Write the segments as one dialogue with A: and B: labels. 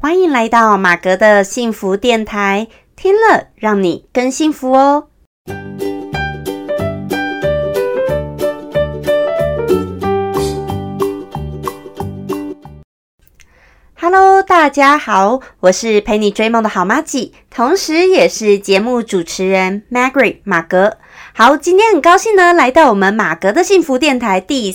A: 欢迎来到马格的幸福电台，听了让你更幸福哦。Hello， 大家好，我是陪你追梦的好妈吉，同时也是节目主持人 Margaret 马格。好，今天很高兴呢，来到我们马格的幸福电台第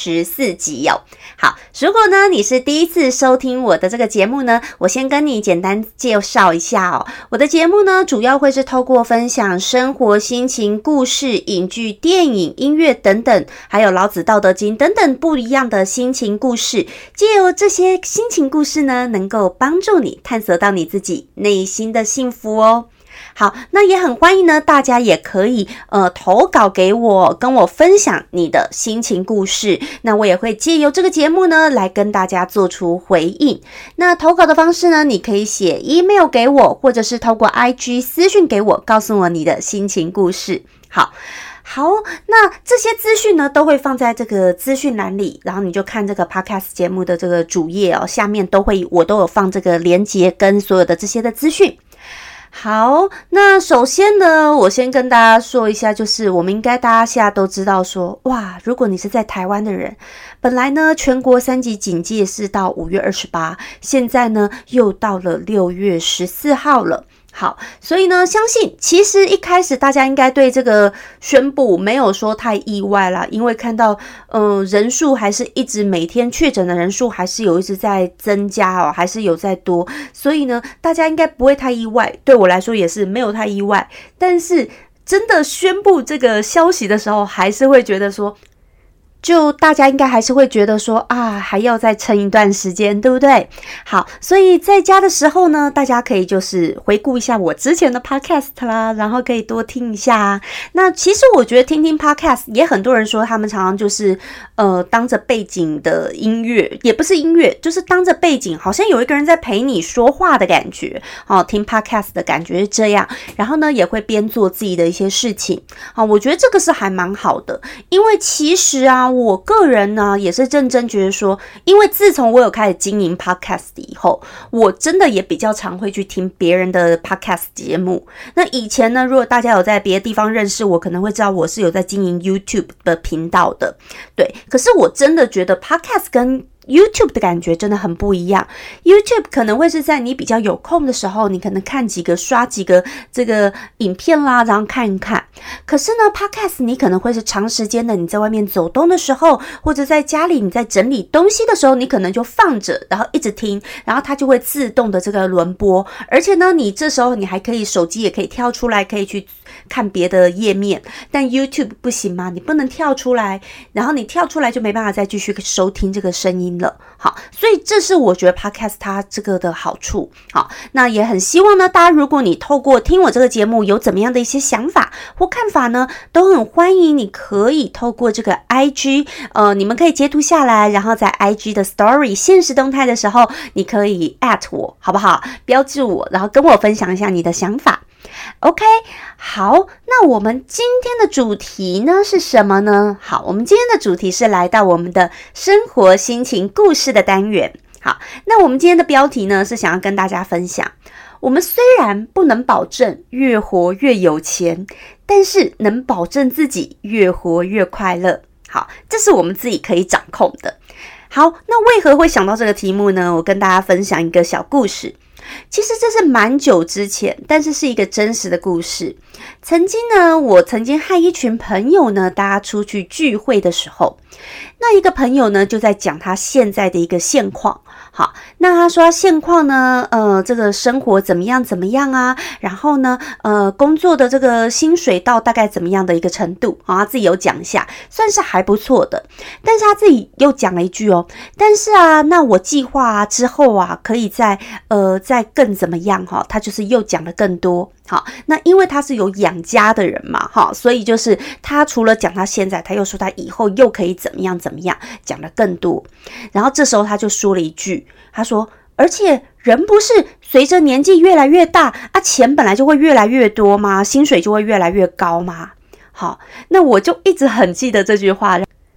A: 34集哦。好，如果呢你是第一次收听我的这个节目呢，我先跟你简单介绍一下哦。我的节目呢，主要会是透过分享生活、心情、故事、影剧、电影、音乐等等，还有老子道德经等等不一样的心情故事，藉由这些心情故事呢，能够帮助你探索到你自己内心的幸福哦。好，那也很欢迎呢，大家也可以投稿给我，跟我分享你的心情故事。那我也会借由这个节目呢，来跟大家做出回应。那投稿的方式呢，你可以写 email 给我，或者是透过 IG 私讯给我，告诉我你的心情故事。好，那这些资讯呢，都会放在这个资讯栏里，然后你就看这个 podcast 节目的这个主页哦，下面我都有放这个连结跟所有的这些的资讯。好，那首先呢，我先跟大家说一下，就是我们应该大家现在都知道说，哇，如果你是在台湾的人，本来呢全国3级警戒是到5月28，现在呢又到了6月14号了。好，所以呢，相信其实一开始大家应该对这个宣布没有说太意外啦，因为看到人数还是一直每天确诊的人数还是有一直在增加哦，还是有在多，所以呢，大家应该不会太意外，对我来说也是没有太意外，但是真的宣布这个消息的时候，还是会觉得说，就大家应该还是会觉得说啊，还要再撑一段时间，对不对？好，所以在家的时候呢，大家可以就是回顾一下我之前的 podcast 啦，然后可以多听一下。那其实我觉得听听 podcast 也很多人说他们常常就是当着背景的音乐，也不是音乐，就是当着背景好像有一个人在陪你说话的感觉哦，听 podcast 的感觉是这样，然后呢也会边做自己的一些事情啊，我觉得这个是还蛮好的，因为其实啊，我个人呢也是认真觉得说，因为自从我有开始经营 podcast 以后，我真的也比较常会去听别人的 podcast 节目。那以前呢，如果大家有在别的地方认识我，可能会知道我是有在经营 YouTube 的频道的，对。可是我真的觉得 podcast 跟YouTube 的感觉真的很不一样。YouTube 可能会是在你比较有空的时候，你可能刷几个这个影片啦，然后看一看。可是呢 Podcast 你可能会是长时间的，你在外面走动的时候，或者在家里你在整理东西的时候，你可能就放着，然后一直听，然后它就会自动的这个轮播。而且呢，你这时候你还可以手机也可以跳出来，可以去看别的页面。但 YouTube 不行吗？你不能跳出来，然后你跳出来就没办法再继续收听这个声音了。好，所以这是我觉得 podcast 它这个的好处。好，那也很希望呢，大家如果你透过听我这个节目有怎么样的一些想法或看法呢，都很欢迎你可以透过这个 IG， 你们可以截图下来，然后在 IG 的 story 限时动态的时候，你可以 at 我，好不好？标记我，然后跟我分享一下你的想法。OK， 好，那我们今天的主题呢是什么呢？好，我们今天的主题是来到我们的生活心情故事的单元。好，那我们今天的标题呢是想要跟大家分享，我们虽然不能保证越活越有钱，但是能保证自己越活越快乐。好，这是我们自己可以掌控的。好，那为何会想到这个题目呢？我跟大家分享一个小故事。其实这是蛮久之前，但是是一个真实的故事。我曾经和一群朋友呢，大家出去聚会的时候，那一个朋友呢就在讲他现在的一个现况。好，那他说现况呢，这个生活怎么样啊，然后呢，工作的这个薪水到大概怎么样的一个程度，好，他自己有讲一下，算是还不错的。但是他自己又讲了一句哦，但是啊，那我计划啊之后啊，可以再更怎么样哈，他就是又讲了更多。好，那因为他是有养家的人嘛，哈，所以就是他除了讲他现在，他又说他以后又可以怎么样，讲了更多。然后这时候他就说了一句，他说，而且人不是随着年纪越来越大啊，钱本来就会越来越多吗？薪水就会越来越高吗？好，那我就一直很记得这句话。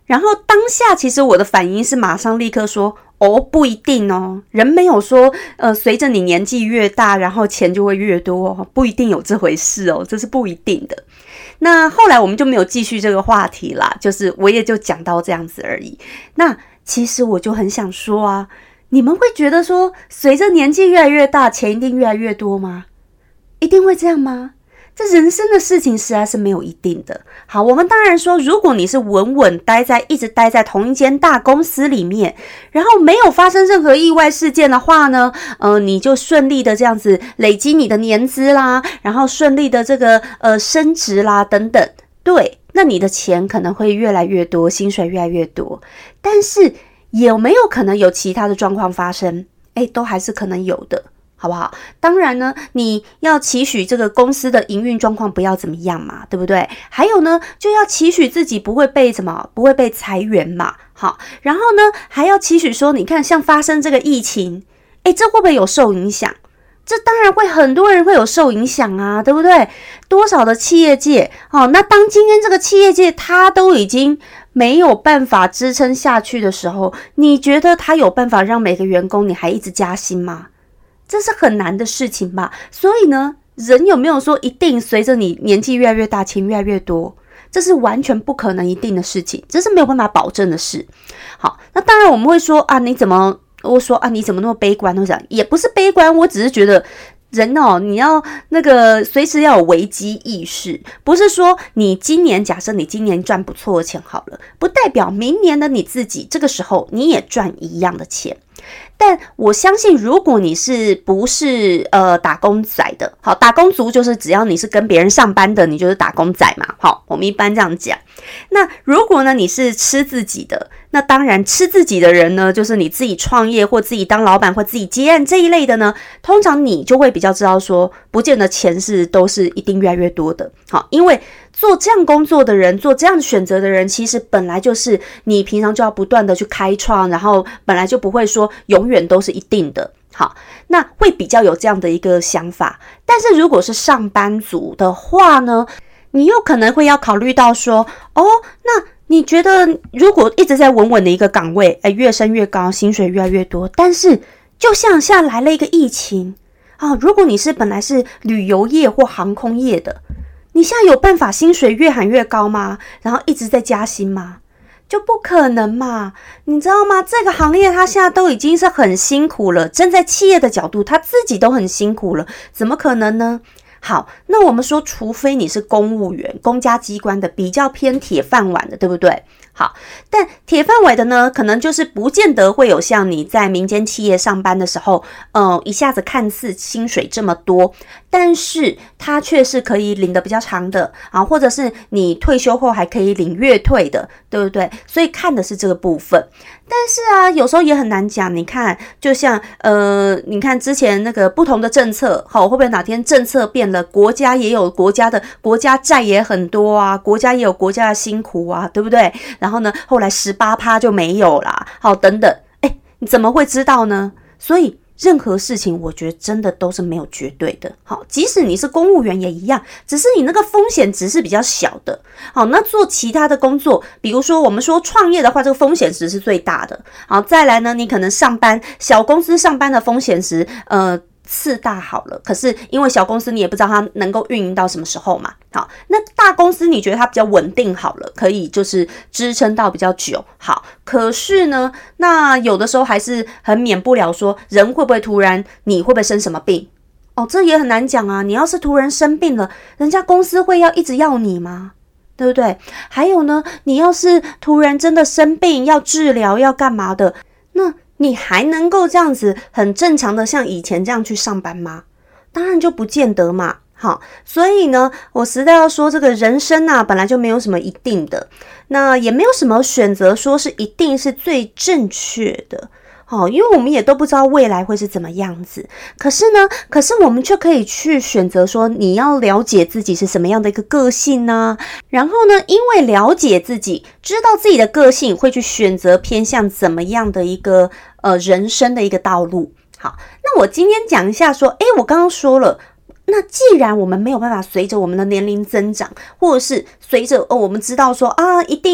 A: 然后当下其实我的反应是马上立刻说，哦，不一定哦，人没有说随着你年纪越大，然后钱就会越多哦，不一定有这回事哦，这是不一定的。那后来我们就没有继续这个话题啦，就是我也就讲到这样子而已。那其实我就很想说啊，你们会觉得说随着年纪越来越大，钱一定越来越多吗？一定会这样吗？这人生的事情实在是没有一定的。好，我们当然说，如果你是稳稳一直待在同一间大公司里面，然后没有发生任何意外事件的话呢，你就顺利的这样子累积你的年资啦，然后顺利的这个升职啦等等，对，那你的钱可能会越来越多，薪水越来越多。但是有没有可能有其他的状况发生？都还是可能有的。好不好？当然呢，你要期许这个公司的营运状况不要怎么样嘛，对不对？还有呢，就要期许自己不会被裁员嘛。好，然后呢，还要期许说，你看像发生这个疫情，这会不会有受影响？这当然会，很多人会有受影响啊，对不对？多少的企业界，那当今天这个企业界他都已经没有办法支撑下去的时候，你觉得他有办法让每个员工你还一直加薪吗？这是很难的事情吧。所以呢，人有没有说一定随着你年纪越来越大，钱越来越多？这是完全不可能一定的事情，这是没有办法保证的事。好，那当然我们会说啊，你怎么那么悲观？我想也不是悲观，我只是觉得人你要那个随时要有危机意识，不是说假设你今年赚不错的钱好了，不代表明年的你自己这个时候你也赚一样的钱。但我相信，如果你不是打工仔的，好，打工族就是只要你是跟别人上班的，你就是打工仔嘛。好，我们一般这样讲。那如果呢你是吃自己的，那当然吃自己的人呢，就是你自己创业或自己当老板或自己接案这一类的呢，通常你就会比较知道说，不见得钱都是一定越来越多的。好，因为做这样工作的人，做这样选择的人，其实本来就是你平常就要不断的去开创，然后本来就不会说永远都是一定的。好，那会比较有这样的一个想法。但是如果是上班族的话呢，你有可能会要考虑到说，那你觉得如果一直在稳稳的一个岗位，越升越高，薪水越来越多，但是就像现在来了一个疫情如果你本来是旅游业或航空业的，你现在有办法薪水越喊越高吗？然后一直在加薪吗？就不可能嘛，你知道吗？这个行业它现在都已经是很辛苦了，站在企业的角度，他自己都很辛苦了，怎么可能呢？好，那我们说，除非你是公务员、公家机关的，比较偏铁饭碗的，对不对？好，但铁饭碗的呢，可能就是不见得会有像你在民间企业上班的时候，一下子看似薪水这么多，但是它却是可以领的比较长的啊，或者是你退休后还可以领月退的，对不对？所以看的是这个部分。但是啊，有时候也很难讲。你看，就像你看之前那个不同的政策，会不会哪天政策变了，国家也有国家债也很多啊，国家也有国家的辛苦啊，对不对？然后呢，后来18%就没有啦，好，等等，你怎么会知道呢？所以任何事情我觉得真的都是没有绝对的。好，即使你是公务员也一样，只是你那个风险值是比较小的。好，那做其他的工作，比如说我们说创业的话，这个风险值是最大的。好，再来呢，你可能上班小公司上班的风险值次大好了，可是因为小公司你也不知道它能够运营到什么时候嘛。好，那大公司你觉得它比较稳定好了，可以就是支撑到比较久。好，可是呢，那有的时候还是很免不了说，人会不会突然，你会不会生什么病？这也很难讲啊。你要是突然生病了，人家公司会要一直要你吗？对不对？还有呢，你要是突然真的生病要治疗要干嘛的，那你还能够这样子很正常的像以前这样去上班吗？当然就不见得嘛。好，所以呢，我实在要说，这个人生啊，本来就没有什么一定的，那也没有什么选择说是一定是最正确的。因为我们也都不知道未来会是怎么样子。可是我们却可以去选择说，你要了解自己是什么样的一个个性呢？然后呢，因为了解自己，知道自己的个性，会去选择偏向怎么样的一个人生的一个道路。好，那我今天讲一下说，我刚刚说了，那既然我们没有办法随着我们的年龄增长，或者是随着我们知道说啊，一定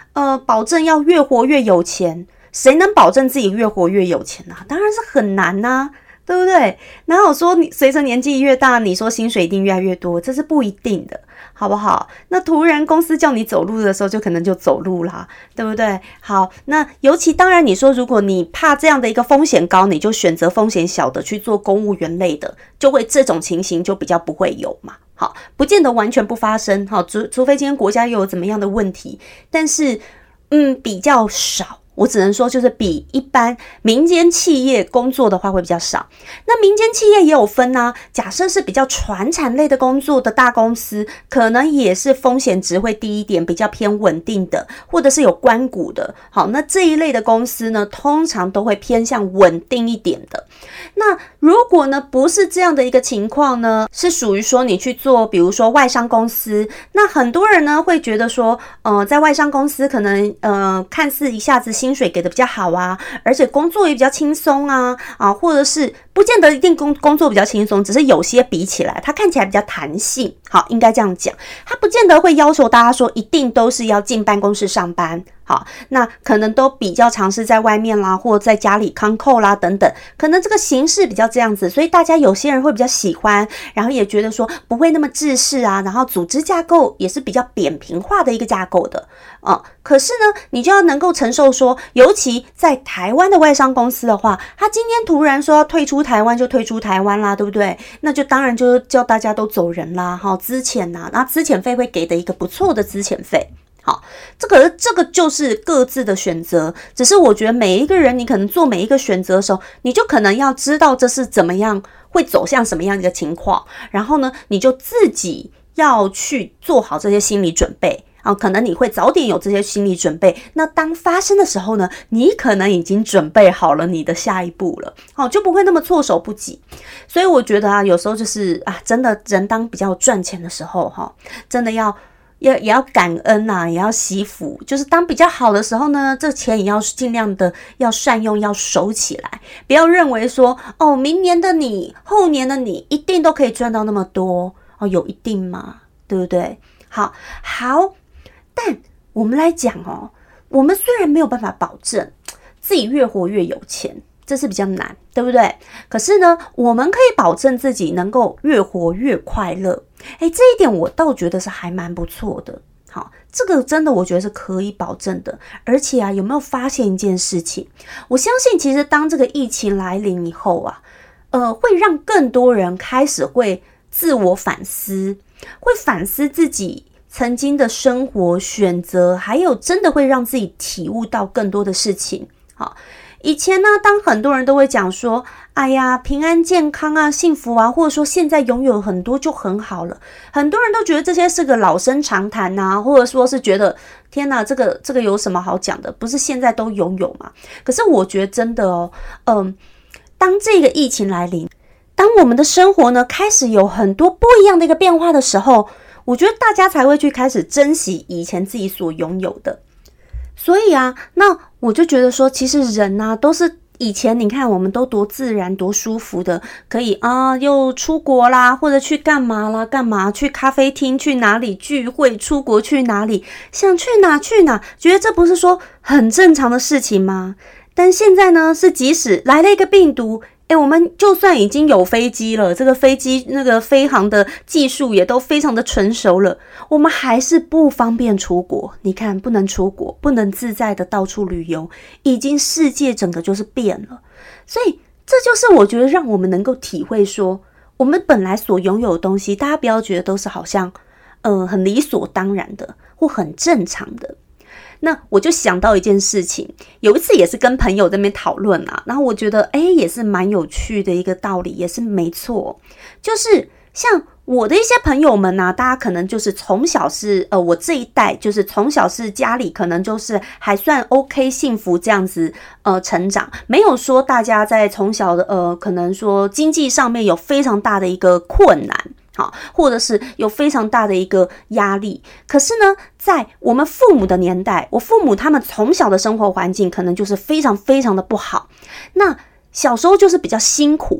A: 保证要越活越有钱，谁能保证自己越活越有钱啊？当然是很难啊，对不对？哪有说你随着年纪越大，你说薪水一定越来越多，这是不一定的，好不好？那突然公司叫你走路的时候，就可能就走路啦，对不对？好，那尤其当然你说，如果你怕这样的一个风险高，你就选择风险小的去做公务员类的，就会这种情形就比较不会有嘛。好，不见得完全不发生，好，除非今天国家又有怎么样的问题，但是比较少。我只能说就是比一般民间企业工作的话会比较少。那民间企业也有分啊，假设是比较传产类的工作的大公司，可能也是风险值会低一点，比较偏稳定的，或者是有官股的。好，那这一类的公司呢，通常都会偏向稳定一点的。那如果呢不是这样的一个情况呢，是属于说你去做比如说外商公司，那很多人呢会觉得说在外商公司可能看似一下子薪水给的比较好啊，而且工作也比较轻松啊，或者是不见得一定工作比较轻松，只是有些比起来它看起来比较弹性，好，应该这样讲，它不见得会要求大家说一定都是要进办公室上班，好，那可能都比较尝试在外面啦，或者在家里康扣啦等等，可能这个形式比较这样子，所以大家有些人会比较喜欢，然后也觉得说不会那么制式啊，然后组织架构也是比较扁平化的一个架构的，可是呢，你就要能够承受说，尤其在台湾的外商公司的话，他今天突然说要退出台湾就退出台湾啦，对不对？那就当然就叫大家都走人啦，资遣啊，那资遣费会给的一个不错的资遣费。好，这个就是各自的选择，只是我觉得每一个人你可能做每一个选择的时候，你就可能要知道这是怎么样会走向什么样的一个情况，然后呢，你就自己要去做好这些心理准备。可能你会早点有这些心理准备，那当发生的时候呢，你可能已经准备好了你的下一步了，就不会那么措手不及。所以我觉得有时候就是真的人当比较赚钱的时候，真的也要感恩也要惜福，就是当比较好的时候呢，这钱也要尽量的要善用，要收起来，不要认为说明年的你后年的你一定都可以赚到那么多，有一定吗？对不对？好，但我们来讲我们虽然没有办法保证自己越活越有钱，这是比较难，对不对？可是呢，我们可以保证自己能够越活越快乐。这一点我倒觉得是还蛮不错的。好，这个真的我觉得是可以保证的。而且有没有发现一件事情？我相信其实当这个疫情来临以后会让更多人开始会自我反思，会反思自己曾经的生活选择，还有真的会让自己体悟到更多的事情。好，以前呢，当很多人都会讲说，哎呀，平安健康啊，幸福啊，或者说现在拥有很多就很好了，很多人都觉得这些是个老生常谈啊，或者说是觉得天哪，这个有什么好讲的？不是现在都拥有吗？可是我觉得真的当这个疫情来临，当我们的生活呢开始有很多不一样的一个变化的时候，我觉得大家才会去开始珍惜以前自己所拥有的。所以那我就觉得说，其实人都是以前你看我们都多自然多舒服的，可以又出国啦，或者去干嘛去咖啡厅，去哪里聚会，出国去哪里，想去哪去哪，觉得这不是说很正常的事情吗？但现在呢，是即使来了一个病毒，我们就算已经有飞机了，这个飞机那个飞航的技术也都非常的成熟了，我们还是不方便出国。你看，不能出国，不能自在的到处旅游，已经世界整个就是变了。所以这就是我觉得让我们能够体会说，我们本来所拥有的东西，大家不要觉得都是好像很理所当然的或很正常的。那我就想到一件事情，有一次也是跟朋友在那边讨论然后我觉得也是蛮有趣的一个道理，也是没错，就是像我的一些朋友们大家可能就是从小是我这一代就是从小是家里可能就是还算 OK 幸福这样子成长，没有说大家在从小的可能说经济上面有非常大的一个困难，或者是有非常大的一个压力。可是呢，在我们父母的年代，我父母他们从小的生活环境可能就是非常非常的不好，那小时候就是比较辛苦嘛，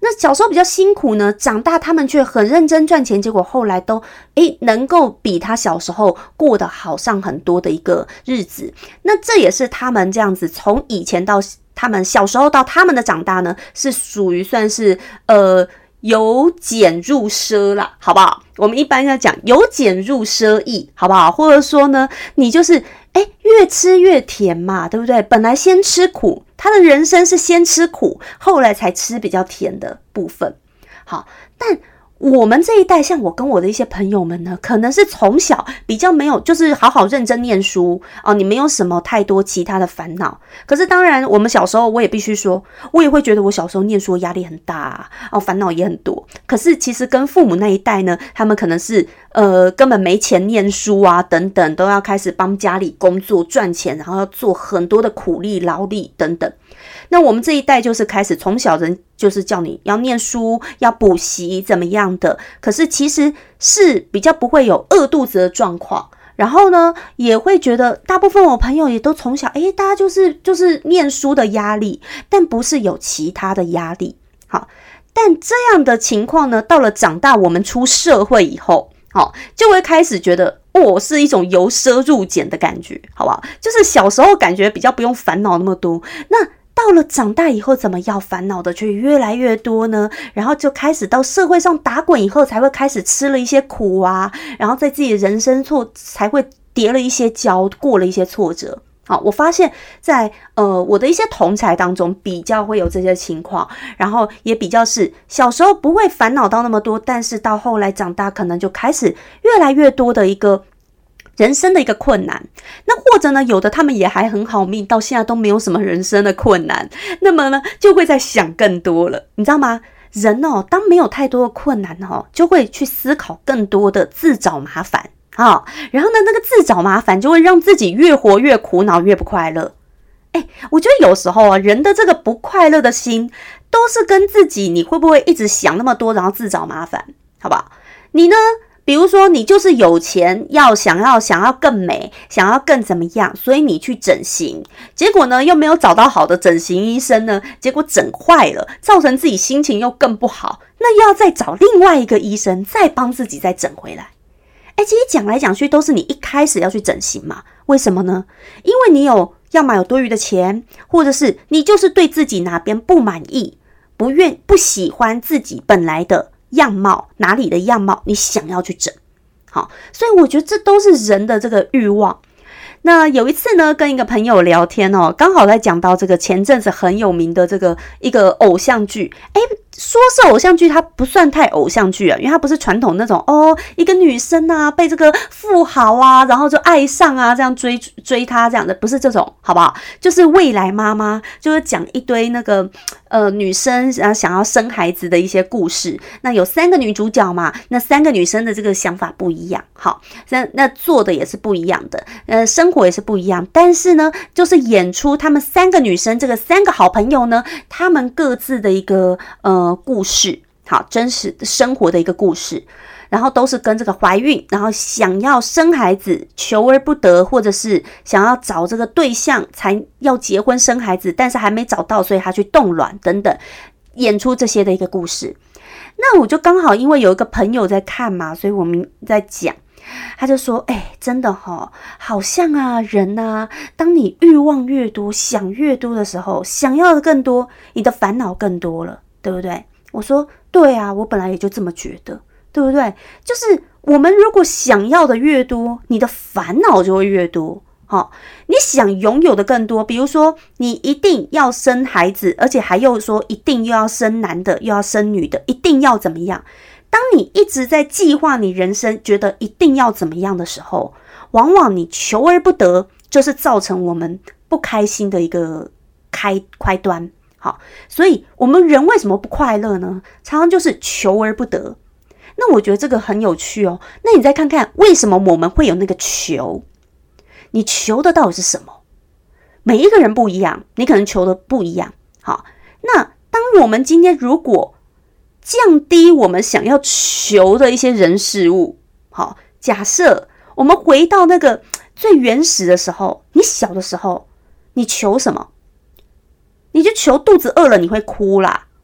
A: 那小时候比较辛苦呢，长大他们却很认真赚钱，结果后来都能够比他小时候过得好上很多的一个日子。那这也是他们这样子从以前到他们小时候到他们的长大呢，是属于算是由俭入奢啦，好不好？我们一般要讲由俭入奢易，好不好？或者说呢，你就是越吃越甜嘛，对不对？本来先吃苦，他的人生是先吃苦，后来才吃比较甜的部分。好，但我们这一代，像我跟我的一些朋友们呢，可能是从小比较没有，就是好好认真念书哦，你没有什么太多其他的烦恼。可是当然，我们小时候，我也必须说，我也会觉得我小时候念书压力很大哦，烦恼也很多。可是其实跟父母那一代呢，他们可能是根本没钱念书啊，等等，都要开始帮家里工作赚钱，然后要做很多的苦力劳力等等。那我们这一代就是开始从小人就是叫你要念书要补习怎么样的，可是其实是比较不会有饿肚子的状况。然后呢也会觉得大部分我朋友也都从小大家就是念书的压力，但不是有其他的压力。好，但这样的情况呢，到了长大我们出社会以后就会开始觉得是一种由奢入俭的感觉，好不好？就是小时候感觉比较不用烦恼那么多，那到了长大以后，怎么要烦恼的却越来越多呢？然后就开始到社会上打滚以后，才会开始吃了一些苦啊，然后在自己的人生才会跌了一些跤，过了一些挫折。好，我发现在我的一些同侪当中比较会有这些情况，然后也比较是小时候不会烦恼到那么多，但是到后来长大可能就开始越来越多的一个人生的一个困难。那或者呢，有的他们也还很好命，到现在都没有什么人生的困难，那么呢就会在想更多了，你知道吗？人当没有太多的困难就会去思考更多的自找麻烦然后呢那个自找麻烦就会让自己越活越苦恼，越不快乐。我觉得有时候人的这个不快乐的心都是跟自己你会不会一直想那么多，然后自找麻烦，好不好？你呢，比如说你就是有钱，想要更美，想要更怎么样，所以你去整形，结果呢又没有找到好的整形医生呢，结果整坏了，造成自己心情又更不好，那又要再找另外一个医生再帮自己再整回来。其实讲来讲去都是你一开始要去整形嘛，为什么呢？因为你要么有多余的钱，或者是你就是对自己哪边不满意，不喜欢自己本来的样貌，哪里的样貌你想要去整。好，所以我觉得这都是人的这个欲望。那有一次呢，跟一个朋友聊天刚好在讲到这个前阵子很有名的这个一个偶像剧。说是偶像剧，它不算太偶像剧啊，因为它不是传统那种一个女生啊被这个富豪啊然后就爱上啊这样追她这样的，不是这种，好不好？就是未来妈妈，就是讲一堆那个女生想要生孩子的一些故事。那有3个女主角嘛，那3个女生的这个想法不一样，好，那做的也是不一样的，生活也是不一样，但是呢就是演出她们3个女生这个3个好朋友呢，她们各自的一个故事，好，真实生活的一个故事，然后都是跟这个怀孕，然后想要生孩子求而不得，或者是想要找这个对象才要结婚生孩子，但是还没找到，所以他去冻卵等等，演出这些的一个故事。那我就刚好因为有一个朋友在看嘛，所以我们在讲，他就说真的好像人当你欲望越多，想越多的时候，想要的更多，你的烦恼更多了，对不对？我说对啊，我本来也就这么觉得，对不对？就是我们如果想要的越多，你的烦恼就会越多。你想拥有的更多，比如说你一定要生孩子，而且还又说一定又要生男的又要生女的，一定要怎么样。当你一直在计划你人生，觉得一定要怎么样的时候，往往你求而不得，就是造成我们不开心的一个开端。好，所以我们人为什么不快乐呢？常常就是求而不得。那我觉得这个很有趣那你再看看为什么我们会有那个求？你求的到底是什么？每一个人不一样，你可能求的不一样。好，那当我们今天如果降低我们想要求的一些人事物，好，假设我们回到那个最原始的时候，你小的时候，你求什么？你就求肚子饿了你会哭啦，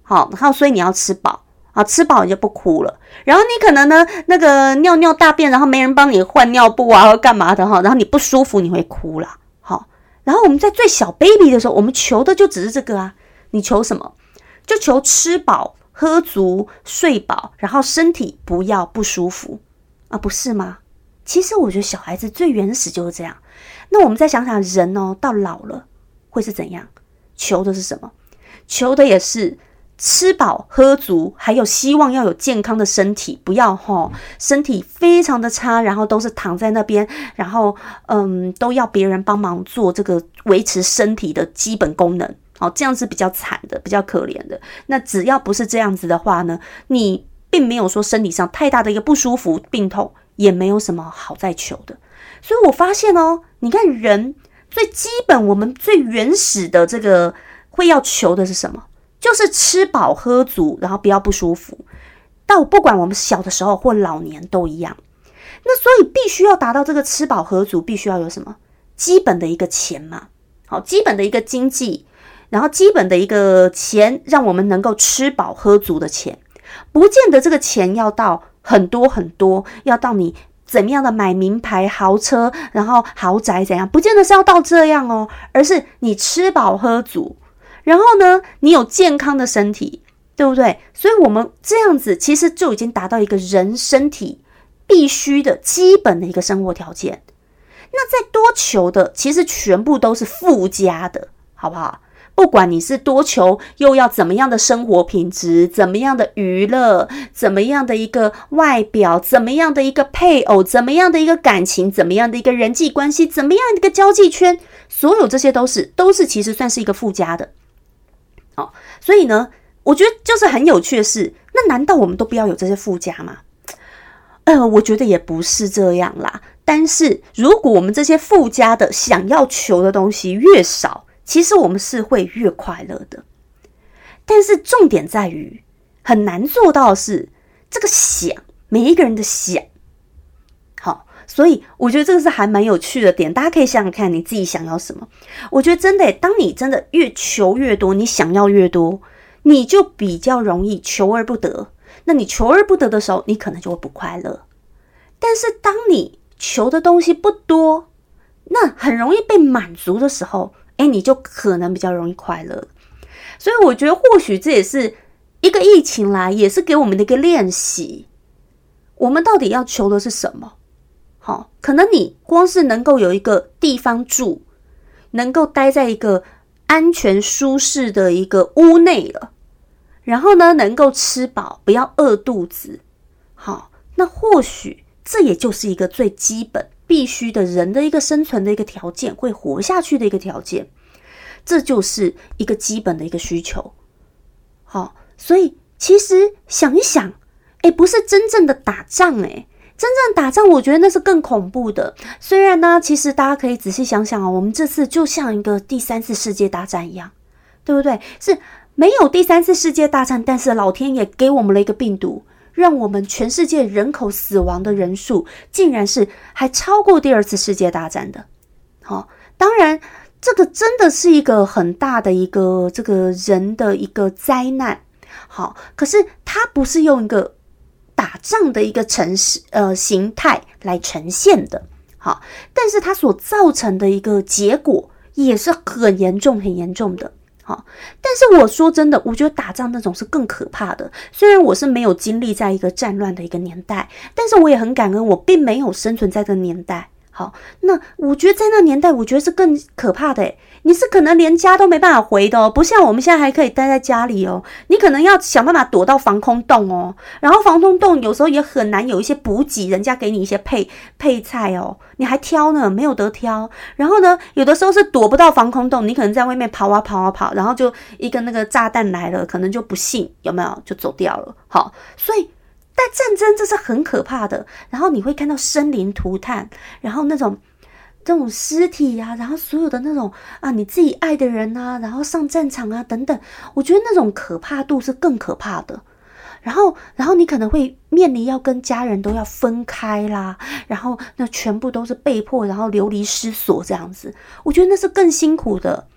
A: 好，然后所以你要吃饱。吃饱你就不哭了，然后你可能呢那个尿尿大便，然后没人帮你换尿布啊或干嘛的然后你不舒服你会哭啦。然后我们在最小 baby 的时候，我们求的就只是这个啊，你求什么？就求吃饱喝足睡饱，然后身体不要不舒服啊，不是吗？其实我觉得小孩子最原始就是这样。那我们再想想人到老了会是怎样？求的是什么？求的也是吃饱喝足，还有希望要有健康的身体，不要身体非常的差，然后都是躺在那边，然后都要别人帮忙做这个维持身体的基本功能。这样是比较惨的，比较可怜的。那只要不是这样子的话呢，你并没有说身体上太大的一个不舒服病痛，也没有什么好再求的。所以我发现你看人最基本我们最原始的这个会要求的是什么？就是吃饱喝足，然后不要不舒服。到不管我们小的时候或老年都一样。那所以必须要达到这个吃饱喝足，必须要有什么？基本的一个钱嘛。好，基本的一个经济，然后基本的一个钱，让我们能够吃饱喝足的钱。不见得这个钱要到很多很多，要到你怎么样的买名牌豪车，然后豪宅怎样，不见得是要到这样而是你吃饱喝足，然后呢，你有健康的身体，对不对？所以我们这样子其实就已经达到一个人身体必须的基本的一个生活条件。那再多求的其实全部都是附加的，好不好？不管你是多求又要怎么样的生活品质，怎么样的娱乐，怎么样的一个外表，怎么样的一个配偶，怎么样的一个感情，怎么样的一个人际关系，怎么样的一个交际圈，所有这些都是其实算是一个附加的。所以呢，我觉得就是很有趣的是，那难道我们都不要有这些附加吗？我觉得也不是这样啦。但是如果我们这些附加的想要求的东西越少，其实我们是会越快乐的。但是重点在于很难做到的是这个想，每一个人的想。好，所以我觉得这个是还蛮有趣的点，大家可以想想看你自己想要什么。我觉得真的当你真的越求越多，你想要越多，你就比较容易求而不得。那你求而不得的时候，你可能就会不快乐。但是当你求的东西不多，那很容易被满足的时候，你就可能比较容易快乐。所以我觉得或许这也是一个疫情来，也是给我们的一个练习。我们到底要求的是什么？可能你光是能够有一个地方住，能够待在一个安全舒适的一个屋内了，然后呢，能够吃饱，不要饿肚子。好，那或许这也就是一个最基本必须的人的一个生存的一个条件，会活下去的一个条件。这就是一个基本的一个需求。好，所以其实想一想，不是真正的打仗真正打仗我觉得那是更恐怖的。虽然呢，其实大家可以仔细想想我们这次就像一个第三次世界大战一样，对不对？是没有第三次世界大战，但是老天爷给我们了一个病毒，让我们全世界人口死亡的人数竟然是还超过第二次世界大战的。当然这个真的是一个很大的一个这个人的一个灾难。好，可是它不是用一个打仗的一个形态来呈现的。好，但是它所造成的一个结果也是很严重很严重的。好，但是我说真的，我觉得打仗那种是更可怕的。虽然我是没有经历在一个战乱的一个年代，但是我也很感恩我并没有生存在这个年代。好，那我觉得在那年代我觉得是更可怕的你是可能连家都没办法回的不像我们现在还可以待在家里你可能要想办法躲到防空洞然后防空洞有时候也很难有一些补给，人家给你一些配菜你还挑呢，没有得挑。然后呢，有的时候是躲不到防空洞，你可能在外面跑啊跑啊跑，然后就一个那个炸弹来了，可能就不幸有没有就走掉了。好，所以但战争这是很可怕的，然后你会看到生灵涂炭，然后这种尸体啊，然后所有的那种你自己爱的人啊，然后上战场啊等等，我觉得那种可怕度是更可怕的。然后你可能会面临要跟家人都要分开啦，然后那全部都是被迫，然后流离失所这样子，我觉得那是更辛苦的。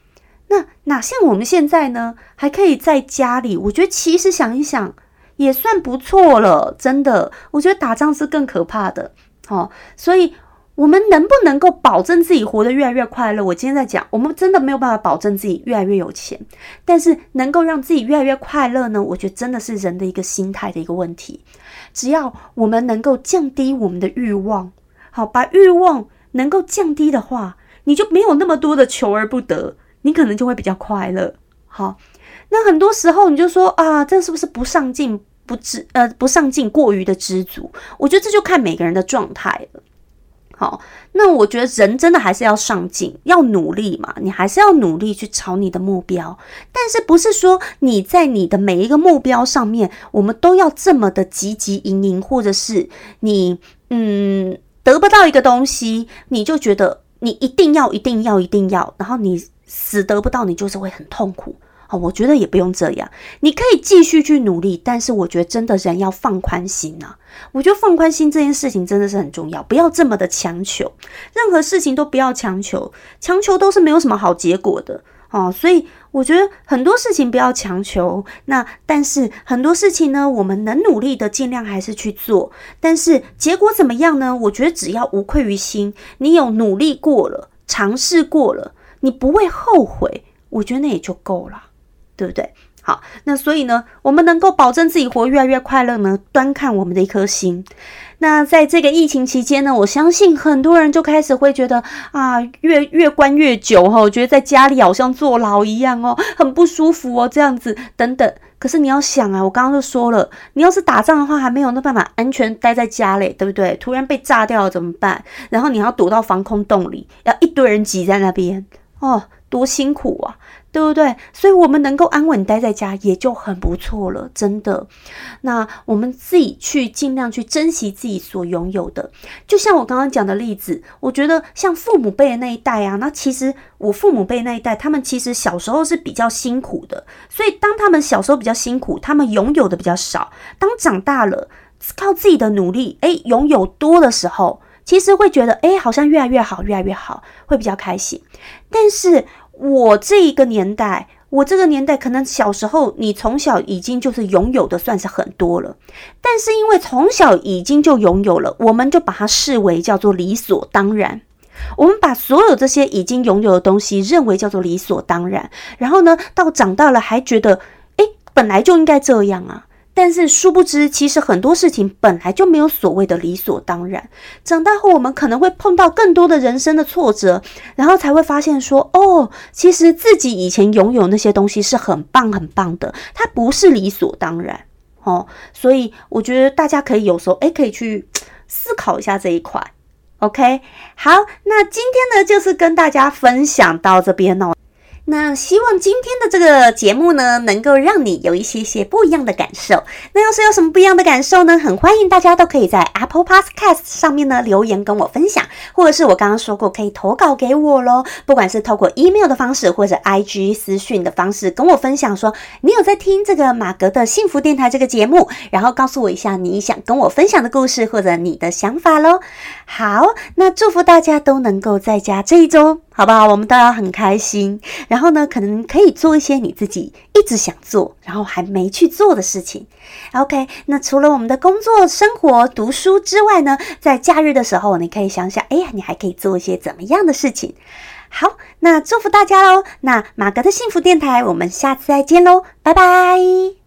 A: 那哪像我们现在呢，还可以在家里，我觉得其实想一想也算不错了，真的，我觉得打仗是更可怕的。所以我们能不能够保证自己活得越来越快乐？我今天在讲，我们真的没有办法保证自己越来越有钱，但是能够让自己越来越快乐呢？我觉得真的是人的一个心态的一个问题。只要我们能够降低我们的欲望，把欲望能够降低的话，你就没有那么多的求而不得，你可能就会比较快乐。那很多时候你就说啊，这是不是不上进、不上进、过于的知足？我觉得这就看每个人的状态了。那我觉得人真的还是要上进，要努力嘛，你还是要努力去朝你的目标，但是不是说你在你的每一个目标上面，我们都要这么的汲汲营营，或者是你得不到一个东西，你就觉得你一定要，然后你死得不到，你就是会很痛苦。我觉得也不用这样，你可以继续去努力，但是我觉得真的人要放宽心啊。我觉得放宽心这件事情真的是很重要，不要这么的强求，任何事情都不要强求，强求都是没有什么好结果的。所以我觉得很多事情不要强求，但是很多事情呢，我们能努力的尽量还是去做，但是结果怎么样呢？我觉得只要无愧于心，你有努力过了，尝试过了，你不会后悔，我觉得那也就够了，对不对？好，那所以呢，我们能够保证自己活越来越快乐呢，端看我们的一颗心。那在这个疫情期间呢，我相信很多人就开始会觉得啊，越关越久我觉得在家里好像坐牢一样很不舒服这样子等等。可是你要想啊，我刚刚就说了，你要是打仗的话，还没有那办法安全待在家里，对不对？突然被炸掉了怎么办？然后你要躲到防空洞里，要一堆人挤在那边多辛苦啊，对不对？所以我们能够安稳待在家也就很不错了，真的。那我们自己去尽量去珍惜自己所拥有的，就像我刚刚讲的例子，我觉得像父母辈的那一代啊，那其实我父母辈那一代，他们其实小时候是比较辛苦的，所以当他们小时候比较辛苦，他们拥有的比较少，当长大了靠自己的努力拥有多的时候，其实会觉得好像越来越好，会比较开心。但是我这个年代可能小时候你从小已经就是拥有的算是很多了，但是因为从小已经就拥有了，我们就把它视为叫做理所当然。我们把所有这些已经拥有的东西认为叫做理所当然，然后呢，到长大了还觉得本来就应该这样啊。但是殊不知，其实很多事情本来就没有所谓的理所当然。长大后我们可能会碰到更多的人生的挫折，然后才会发现说其实自己以前拥有那些东西是很棒很棒的，它不是理所当然所以我觉得大家可以有时候可以去思考一下这一块。 OK， 好，那今天呢就是跟大家分享到这边那希望今天的这个节目呢，能够让你有一些不一样的感受。那要是有什么不一样的感受呢，很欢迎大家都可以在 Apple Podcast 上面呢留言跟我分享，或者是我刚刚说过可以投稿给我咯，不管是透过 email 的方式或者 IG 私讯的方式跟我分享说你有在听这个马格的幸福电台这个节目，然后告诉我一下你想跟我分享的故事或者你的想法咯。好，那祝福大家都能够在家这一周，好不好？我们都要很开心，然后呢，可能可以做一些你自己一直想做，然后还没去做的事情。OK， 那除了我们的工作、生活、读书之外呢，在假日的时候，你可以想想，你还可以做一些怎么样的事情？好，那祝福大家咯。那马格的幸福电台，我们下次再见咯，拜拜。